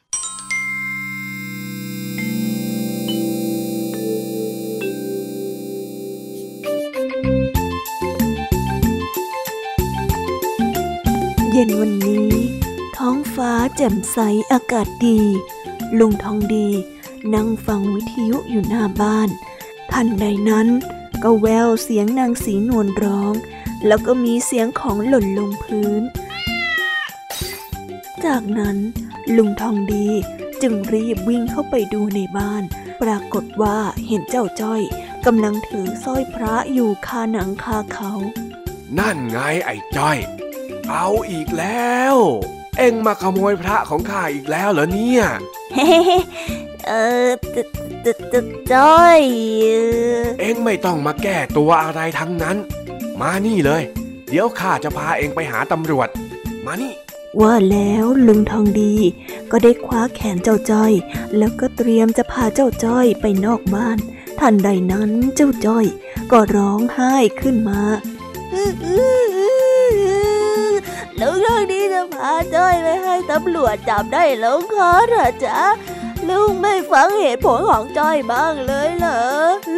เย็นวันนี้ท้องฟ้าแจ่มใสอากาศดีลุงทองดีนั่งฟังวิทยุอยู่หน้าบ้านทันใดนั้นก็แววเสียงนางสีนวลร้องแล้วก็มีเสียงของหล่นลงพื้นจากนั้นลุงทองดีจึงรีบวิ่งเข้าไปดูในบ้านปรากฏว่าเห็นเจ้าจ้อยกำลังถือสร้อยพระอยู่คาหนังคาเขานั่นไงไอ้จ้อยเอาอีกแล้วเอ็งมาขโมยพระของข้าอีกแล้วเหรอเนี่ยจ้อยเอ็งไม่ต้องมาแก้ตัวอะไรทั้งนั้นมานี่เลยเดี๋ยวข้าจะพาเอ็งไปหาตำรวจมานี่ว่าแล้วลุงทองดีก็ได้คว้าแขนเจ้าจ้อยแล้วก็เตรียมจะพาเจ้าจ้อยไปนอกบ้านทันใดนั้นเจ้าจ้อยก็ร้องไห้ขึ้นมาลุงทองดีจะพาจ้อยไปให้ตำรวจจับได้ลงคอเหรอจ๊ะลุงไม่ฟังเหตุผลของจ้อยบ้างเลยเหรอ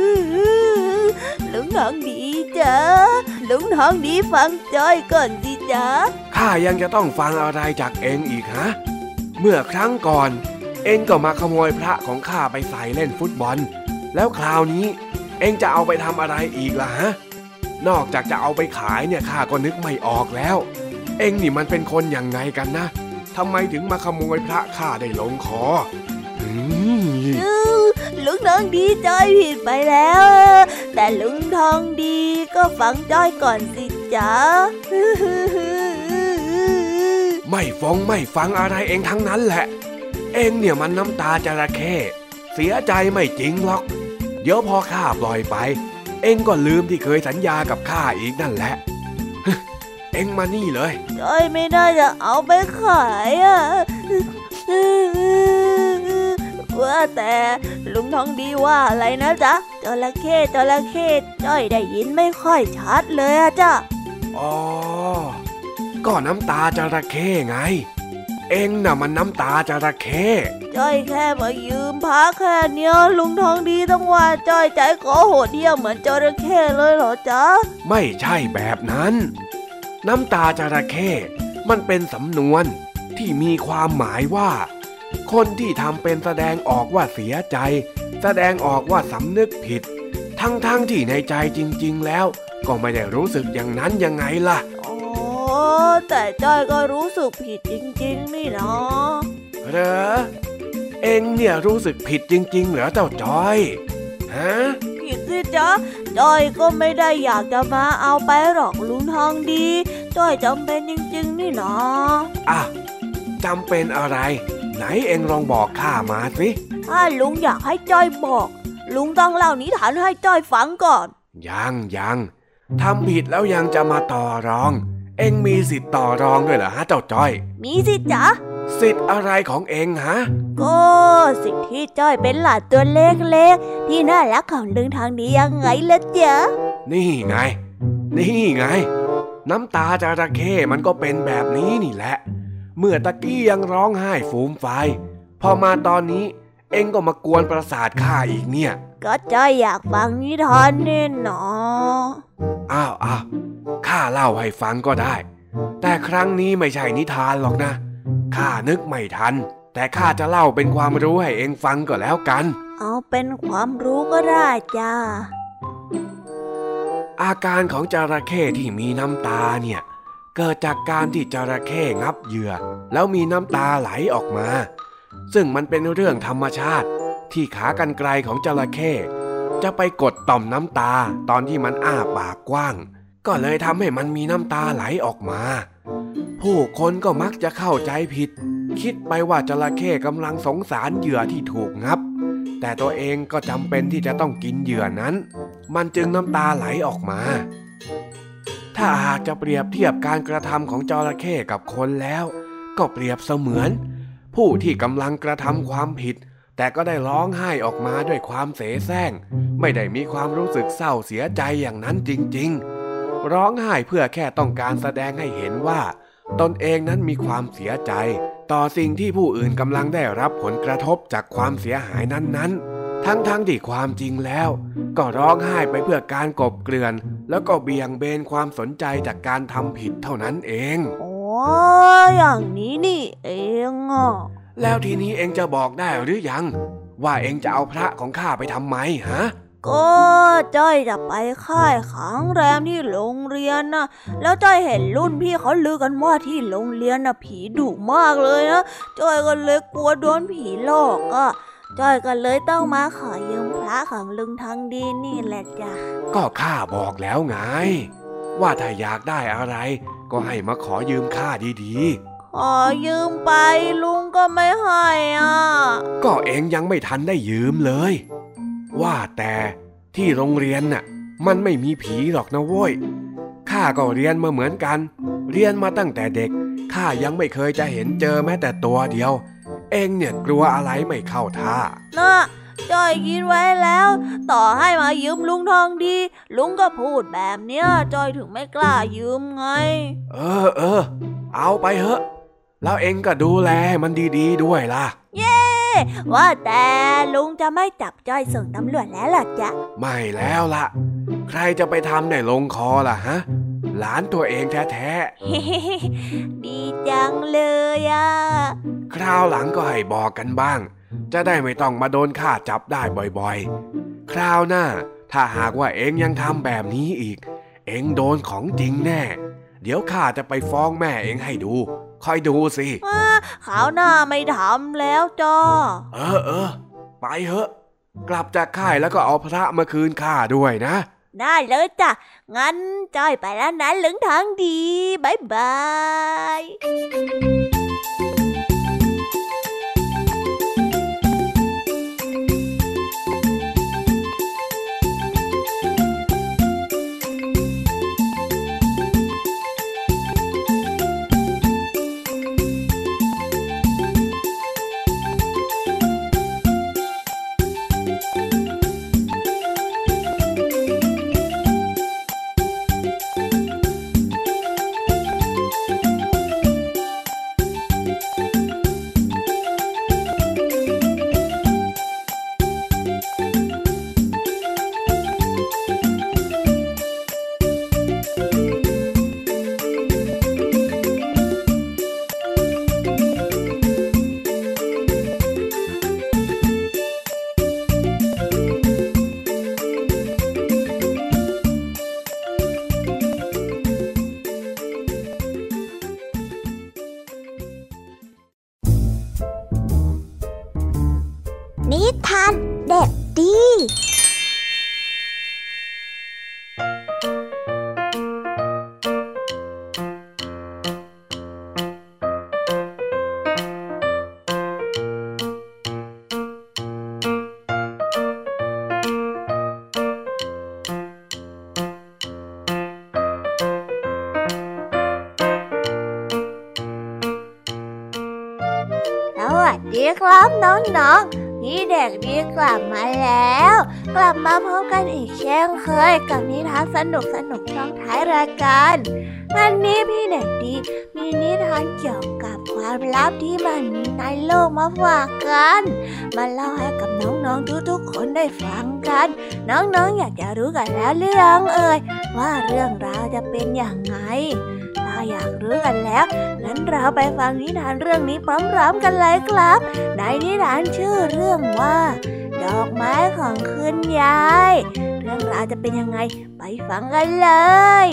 ลุงทองดีจ๊ะลุงทองดีฟังจ้อยก่อนสิจ๊ะข้ายังจะต้องฟังอะไรจากเอ็งอีกฮะเมื่อครั้งก่อนเอ็งก็มาขโมยพระของข้าไปใส่เล่นฟุตบอลแล้วคราวนี้เอ็งจะเอาไปทำอะไรอีกล่ะฮะนอกจากจะเอาไปขายเนี่ยข้าก็นึกไม่ออกแล้วเอ็งนี่มันเป็นคนยังไงกันนะทำไมถึงมาขโมยพระข้าได้ลงคอลุงทองดีจ้อยผิดไปแล้วแต่ลุงทองดีก็ฟังจ้อยก่อนสิจ๊ะไม่ฟังอะไรเองทั้งนั้นแหละเองเนี่ยมันน้ำตาจระเข้เสียใจไม่จริงหรอกเดี๋ยวพอข้าปล่อยไปเองก็ลืมที่เคยสัญญากับข้าอีกนั่นแหละเองมานี่เลยจ้อยไม่ได้จะเอาไปขายว่าแต่ลุงทองดีว่าอะไรนะจ๊ะจระเข้จ้อยได้ยินไม่ค่อยชัดเลยอะจ๊ะอ๋อก็น้ำตาจระเข้ไงเอ็งน่ะมันน้ำตาจระเข้จ้อยแค่มายืมพระแค่เนี้ยลุงทองดีต้องว่าจ้อยใจคอโหดเหี้ยมเหมือนจระเข้เลยเหรอจ๊ะไม่ใช่แบบนั้นน้ำตาจระเข้มันเป็นสำนวนที่มีความหมายว่าคนที่ทำเป็นแสดงออกว่าเสียใจแสดงออกว่าสำนึกผิดทั้งที่ในใจจริงๆแล้วก็ไม่ได้รู้สึกอย่างนั้นยังไงล่ะอ๋อแต่จ้อยก็รู้สึกผิดจริงๆนี่นะเหรอเอ็งเนี่ยรู้สึกผิดจริงๆเหรอเจ้าจ้อยฮะผิดสิจ๊ะจ้อยก็ไม่ได้อยากจะมาเอาไปหรอกลุงทองดีจ้อยจำเป็นจริงๆนี่นะอ่ะจำเป็นอะไรไหนเอ็งลองบอกข้ามาสิถ้าลุงอยากให้จ้อยบอกลุงต้องเล่านิทานให้จ้อยฟังก่อนยังทำผิดแล้วยังจะมาต่อรองเอ็งมีสิทธิ์ต่อรองด้วยเหรอฮะเจ้าจ้อยมีสิทธิ์จ๊ะสิทธิ์อะไรของเอ็งฮะก็สิทธิ์ที่จ้อยเป็นหลานตัวเล็กๆที่น่ารักของลุงทางดียังไงล่ะจ๊ะนี่ไงน้ำตาจระเข้มันก็เป็นแบบนี้นี่แหละเมื่อตะกี้ยังร้องไห้ฟูมฟายพอมาตอนนี้เอ็งก็มากวนประสาทข้าอีกเนี่ยก็จ้อยอยากฟังนิทานนี่หนออ้าวข้าเล่าให้ฟังก็ได้แต่ครั้งนี้ไม่ใช่นิทานหรอกนะข้านึกไม่ทันแต่ข้าจะเล่าเป็นความรู้ให้เอ็งฟังก็แล้วกันเอาเป็นความรู้ก็ได้จ้าอาการของจระเข้ที่มีน้ำตาเนี่ยเกิดจากการที่จระเข้งับเหยื่อแล้วมีน้ำตาไหลออกมาซึ่งมันเป็นเรื่องธรรมชาติที่ขากรรไกรของจระเข้จะไปกดต่อมน้ำตาตอนที่มันอ้าปากกว้างก็เลยทำให้มันมีน้ำตาไหลออกมาผู้คนก็มักจะเข้าใจผิดคิดไปว่าจระเข้กำลังสงสารเหยื่อที่ถูกงับแต่ตัวเองก็จำเป็นที่จะต้องกินเหยื่อนั้นมันจึงน้ำตาไหลออกมาถ้าหากจะเปรียบเทียบการกระทำของจระเข้กับคนแล้วก็เปรียบเสมือนผู้ที่กำลังกระทำความผิดแต่ก็ได้ร้องไห้ออกมาด้วยความเสแสร้งไม่ได้มีความรู้สึกเศร้าเสียใจอย่างนั้นจริงๆร้องไห้เพื่อแค่ต้องการแสดงให้เห็นว่าตนเองนั้นมีความเสียใจต่อสิ่งที่ผู้อื่นกำลังได้รับผลกระทบจากความเสียหายนั้นๆทั้งที่ความจริงแล้วก็ร้องไห้ไปเพื่อการกลบเกลื่อนแล้วก็เบี่ยงเบนความสนใจจากการทำผิดเท่านั้นเองอ๋ออย่างนี้นี่เองอ่ะแล้วทีนี้เองจะบอกได้หรือยังว่าเองจะเอาพระของข้าไปทำไมฮะก็จ้อยจะไปค่ายขังแรมที่โรงเรียนนะแล้วจ้อยเห็นรุ่นพี่เขาลือกันว่าที่โรงเรียนน่ะผีดุมากเลยนะจ้อยก็เลยกลัวโดนผีหลอกอ่ะจ้อยก็เลยต้องมาขอยืมพระของลุงทางดีนี่แหละจ้ะก็ข้าบอกแล้วไงว่าถ้าอยากได้อะไรก็ให้มาขอยืมข้าดีๆขอยืมไปลุงก็ไม่ให้อ่ะก็เองยังไม่ทันได้ยืมเลยว่าแต่ที่โรงเรียนน่ะมันไม่มีผีหรอกนะโว้ยข้าก็เรียนมาเหมือนกันเรียนมาตั้งแต่เด็กข้ายังไม่เคยจะเห็นเจอแม้แต่ตัวเดียวเองเนี่ยกลัวอะไรไม่เข้าท่าน่ะจ้อยคิดไว้แล้วต่อให้มายืมลุงทองดีลุงก็พูดแบบเนี้ยจ้อยถึงไม่กล้ายืมไงเออเอาไปเถอะแล้วเองก็ดูแลมันดีๆด้วยล่ะเย้ว่าแต่ลุงจะไม่จับจ้อยส่งตำรวจแล้วหรอจ๊ะไม่แล้วล่ะใครจะไปทำได้ลงคอล่ะฮะหลานตัวเองแท้ๆดีจังเลยอ่ะคราวหลังก็ให้บอกกันบ้างจะได้ไม่ต้องมาโดนข้าจับได้บ่อยๆคราวหน้าถ้าหากว่าเองยังทำแบบนี้อีกเองโดนของจริงแน่เดี๋ยวข้าจะไปฟ้องแม่เองให้ดูคอยดูสิคราวหน้าไม่ทำแล้วจ้าเออไปเถอะกลับจากค่ายแล้วก็เอาพระมาคืนข้าด้วยนะได้เลยจ้ะงั้นจ้อยไปแล้วนะลุงทางดีบ๊ายบายครับน้องๆพี่เด็กดีกลับมาแล้วกลับมาพบกันอีกเช่นเคยกับนิทานสนุกช่องท้ายรายการวันนี้พี่เด็กดีมีนิทานเกี่ยวกับความลับที่มันมีในโลกมาฝากกันมาเล่าให้กับน้องๆทุกๆคนได้ฟังกันน้องๆอยากจะรู้กันแล้วหรือยังว่าเรื่องราวจะเป็นอย่างไรถ้าอยากรู้กันแล้วงั้นเราไปฟังนิทานเรื่องนี้พร้อมๆกันเลยครับในนิทานชื่อเรื่องว่าดอกไม้ของคุณยายเรื่องราวจะเป็นยังไงไปฟังกันเลย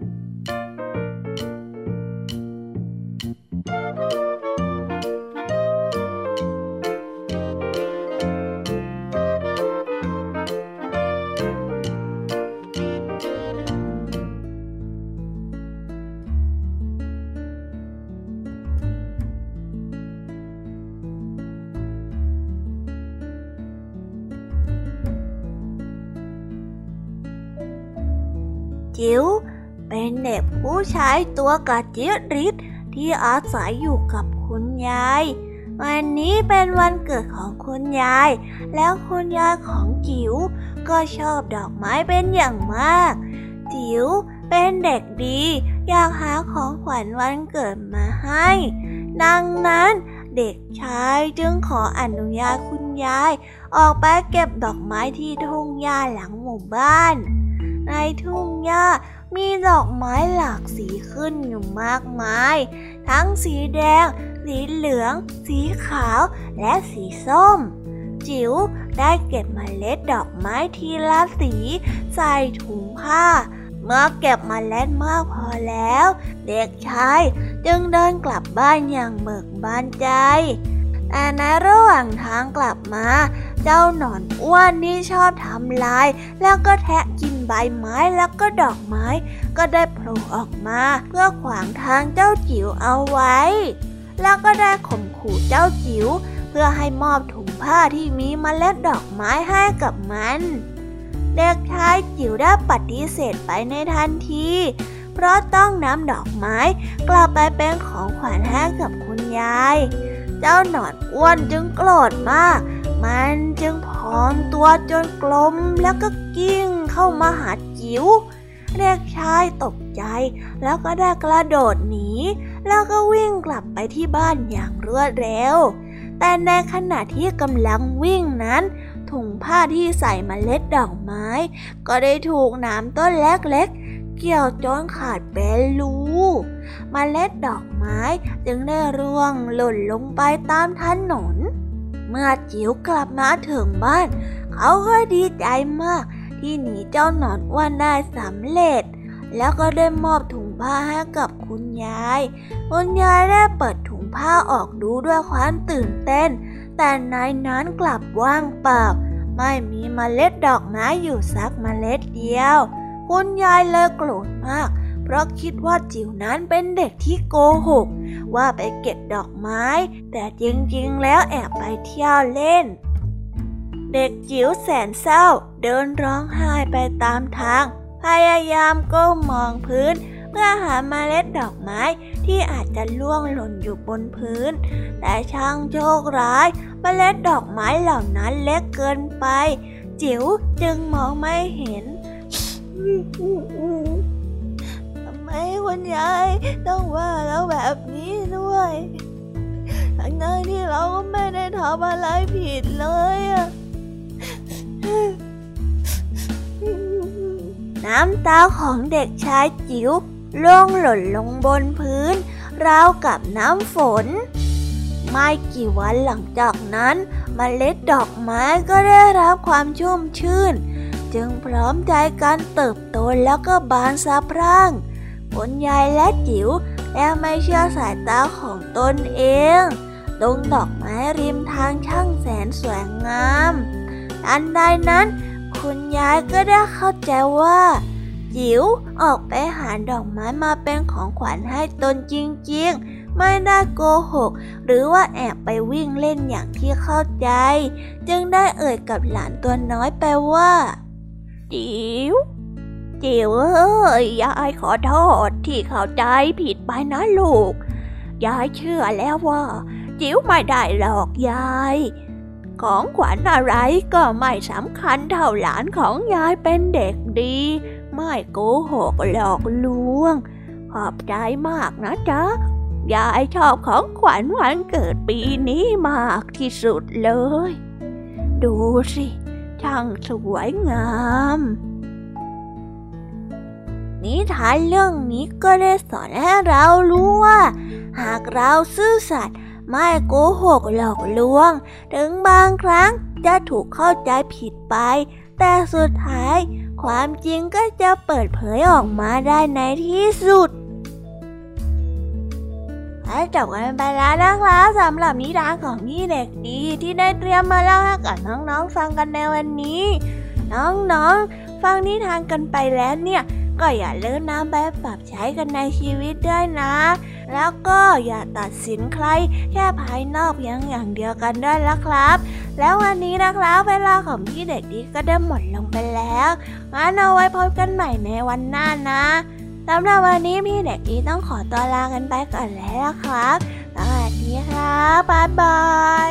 จิ๋วเป็นเด็กผู้ชายตัวกระจิ๋วริดที่อาศัยอยู่กับคุณยายวันนี้เป็นวันเกิดของคุณยายแล้วคุณยายของจิ๋วก็ชอบดอกไม้เป็นอย่างมากจิ๋วเป็นเด็กดีอยากหาของขวัญวันเกิดมาให้ดังนั้นเด็กชายจึงขออนุญาตคุณยายออกไปเก็บดอกไม้ที่ทุ่งหญ้าหลังหมู่บ้านในทุ่งหญ้ามีดอกไม้หลากสีขึ้นอยู่มากมายทั้งสีแดงสีเหลืองสีขาวและสีส้มจิ๋วได้เก็บเมล็ดดอกไม้ทีละสีใส่ถุงผ้าเมื่อเก็บเมล็ดมากพอแล้วเด็กชายจึงเดินกลับบ้านอย่างเบิกบานใจแต่ในระหว่างทางกลับมาเจ้าหนอนอ้วนที่ชอบทำลายแล้วก็แทะกินใบไม้แล้วก็ดอกไม้ก็ได้โผล่ออกมาเพื่อขวางทางเจ้าจิ๋วเอาไว้แล้วก็ได้ข่มขู่เจ้าจิ๋วเพื่อให้มอบถุงผ้าที่มีเมล็ดดอกไม้ให้กับมันเด็กชายจิ๋วได้ปฏิเสธไปในทันทีเพราะต้องนำดอกไม้กลับไปเป็นของขวัญให้กับคุณยายเจ้าหนอนอ้วนจึงโกรธมากมันจึงพองตัวจนกลมแล้วก็กิ้งเข้ามาหาจิ๋วเด็กชายตกใจแล้วก็ได้กระโดดหนีแล้วก็วิ่งกลับไปที่บ้านอย่างรวดเร็วแต่ในขณะที่กำลังวิ่งนั้นถุงผ้าที่ใส่เมล็ดดอกไม้ก็ได้ถูกหนามต้นเล็กๆเกี่ยวจนขาดเป็นรูเมล็ดดอกไม้จึงได้ร่วงหล่นลงไปตามถนนเมื่อจิ๋วกลับมาถึงบ้านเขาก็ดีใจมากที่หนีเจ้าหนอนอ้วนได้สำเร็จแล้วก็ได้มอบถุงผ้าให้กับคุณยายคุณยายได้เปิดถุงผ้าออกดูด้วยความตื่นเต้นแต่ในนั้นกลับว่างเปล่าไม่มีเมล็ดดอกไม้อยู่สักเมล็ดเดียวคุณยายเลยโกรธมากเพราะคิดว่าจิ๋วนั้นเป็นเด็กที่โกหกว่าไปเก็บดอกไม้แต่จริงๆแล้วแอบไปเที่ยวเล่นเด็กจิ๋วแสนเศร้าเดินร้องไห้ไปตามทางพยายามก้มมองพื้นเพื่อหาเมล็ดดอกไม้ที่อาจจะร่วงหล่นอยู่บนพื้นแต่ช่างโชคร้ายเมล็ดดอกไม้เหล่านั้นเล็กเกินไปจิ๋วจึงมองไม่เห็นทำไมคุณยายต้องว่าเราแบบนี้ด้วยทั้งที่เราก็ไม่ได้ทำอะไรผิดเลยน้ำตาของเด็กชายจิ๋วร่วงหล่นลงบนพื้นราวกับน้ำฝนไม่กี่วันหลังจากนั้นเมล็ดดอกไม้ก็ได้รับความชุ่มชื่นจึงพร้อมใจกันเติบโตแล้วก็บานสะพรั่งคุณยายและจิ๋วและไม่เชื่อสายตาของตนเองตรงดอกไม้ริมทางช่างแสนสวยงามทันใดนั้นคุณยายก็ได้เข้าใจว่าจิ๋วออกไปหาดอกไม้มาเป็นของขวัญให้ตนจริงๆไม่ได้โกหกหรือว่าแอบไปวิ่งเล่นอย่างที่เข้าใจจึงได้เอ่ยกับหลานตัวน้อยไปว่าจิ๋วเอ้ยยายขอโทษที่เข้าใจผิดไปนะลูกยายเชื่อแล้วว่าจิ๋วไม่ได้หรอกยายของขวัญอะไรก็ไม่สำคัญเท่าหลานของยายเป็นเด็กดีไม่โกหกหลอกลวงขอบใจมากนะจ๊ะยายชอบของขวัญวันเกิดปีนี้มากที่สุดเลยดูสิช่างสวยงามนิทานเรื่องนี้ก็ได้สอนให้เรารู้ว่าหากเราซื่อสัตย์ไม่โกหกหลอกลวงถึงบางครั้งจะถูกเข้าใจผิดไปแต่สุดท้ายความจริงก็จะเปิดเผยออกมาได้ในที่สุดจบกันไปแล้วนะครับสำหรับนิทานของพี่เด็กดีที่ได้เตรียมมาเล่าให้กับน้องๆฟังกันในวันนี้น้องๆฟังนิทานกันไปแล้วเนี่ยก็อย่าลืมนำไปปรับใช้กันในชีวิตด้วยนะแล้วก็อย่าตัดสินใครแค่ภายนอกเพียงอย่างเดียวกันด้วยละครับแล้ววันนี้นะครับเวลาของพี่เด็กดีก็ได้หมดลงไปแล้วงั้นเอาไว้พบกันใหม่ในวันหน้านะสำหรับวันนี้พี่เด็กดีต้องขอตัวลากันไปก่อนแล้วครับสวัสดีครับบ๊ายบาย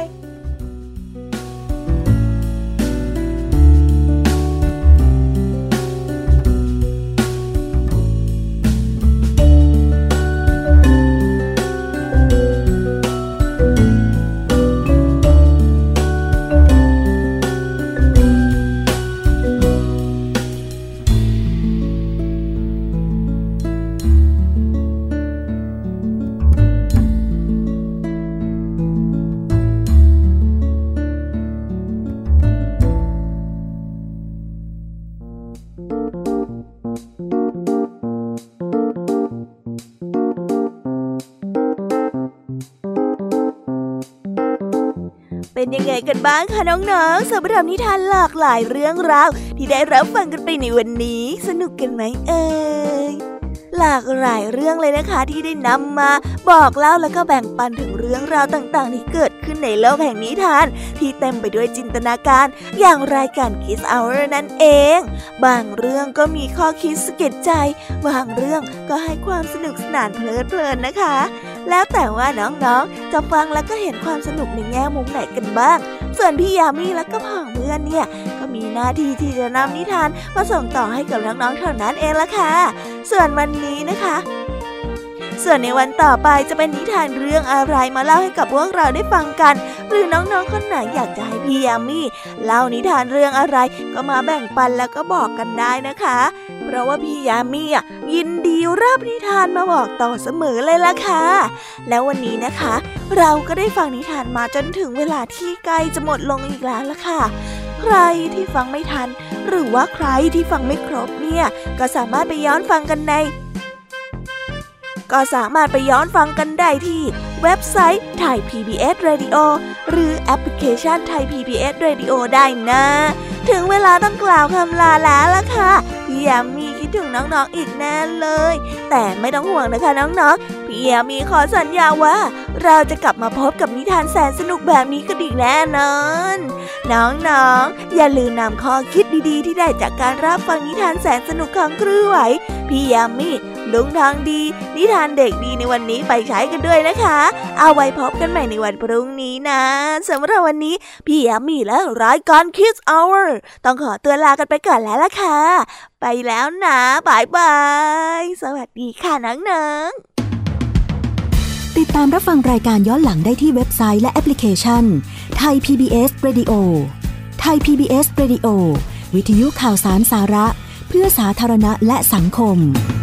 เป็นยังไงกันบ้างคะน้องๆสำหรับนิทานหลากหลายเรื่องราวที่ได้รับฟังกันไปในวันนี้สนุกกันไหมเอ่ยหลากหลายเรื่องเลยนะคะที่ได้นำมาบอกเล่าแล้วก็แบ่งปันถึงเรื่องราวต่างๆที่เกิดขึ้นในโลกแห่งนิทานที่เต็มไปด้วยจินตนาการอย่างรายการ Kids Hour นั่นเองบางเรื่องก็มีข้อคิดสะกิดใจบางเรื่องก็ให้ความสนุกสนานเพลิดเพลินนะคะแล้วแต่ว่าน้องๆจะฟังแล้วก็เห็นความสนุกในแง่มุมไหนกันบ้างส่วนพี่ยามีแล้วก็พ่องเพื่อนเนี่ยก็มีหน้าที่ที่จะนำนิทานมาส่งต่อให้กับน้องๆเท่านั้นเองละค่ะส่วนวันนี้นะคะส่วนในวันต่อไปจะเป็นนิทานเรื่องอะไรมาเล่าให้กับพวกเราได้ฟังกันหรือน้องๆคนไหนอยากจะให้พี่ยามีเล่านิทานเรื่องอะไรก็มาแบ่งปันแล้วก็บอกกันได้นะคะเพราะว่าพี่ยามียินดีรับนิทานมาบอกต่อเสมอเลยล่ะค่ะแล้ววันนี้นะคะเราก็ได้ฟังนิทานมาจนถึงเวลาที่ใกล้จะหมดลงอีกแล้วล่ะค่ะใครที่ฟังไม่ทันหรือว่าใครที่ฟังไม่ครบเนี่ยก็สามารถไปย้อนฟังกันได้ที่เว็บไซต์ Thai PBS Radio หรือแอปพลิเคชัน Thai PBS Radio ได้นะถึงเวลาต้องกล่าวคำลาแล้วล่ะค่ะพี่ยามีคิดถึงน้องๆอีกแน่เลยแต่ไม่ต้องห่วงนะคะน้องๆพี่ยามีขอสัญญาว่าเราจะกลับมาพบกับนิทานแสนสนุกแบบนี้กันอีกแน่นอนน้องๆอย่าลืมนำข้อคิดดีๆที่ได้จากการรับฟังนิทานแสนสนุกของครูไหวพี่ยามีลุงทองดีนิทานเด็กดีในวันนี้ไปใช้กันด้วยนะคะเอาไว้พบกันใหม่ในวันพรุ่งนี้นะสำหรับวันนี้พี่ยามีและรายการ Kids Hour ต้องขอตัวลากันไปก่อนแล้วล่ะค่ะไปแล้วนะบ๊ายบายสวัสดีค่ะน้องๆติดตามรับฟังรายการย้อนหลังได้ที่เว็บไซต์และแอปพลิเคชัน Thai PBS Radio Thai PBS Radio วิทยุข่าวสารสาระเพื่อสาธารณะและสังคม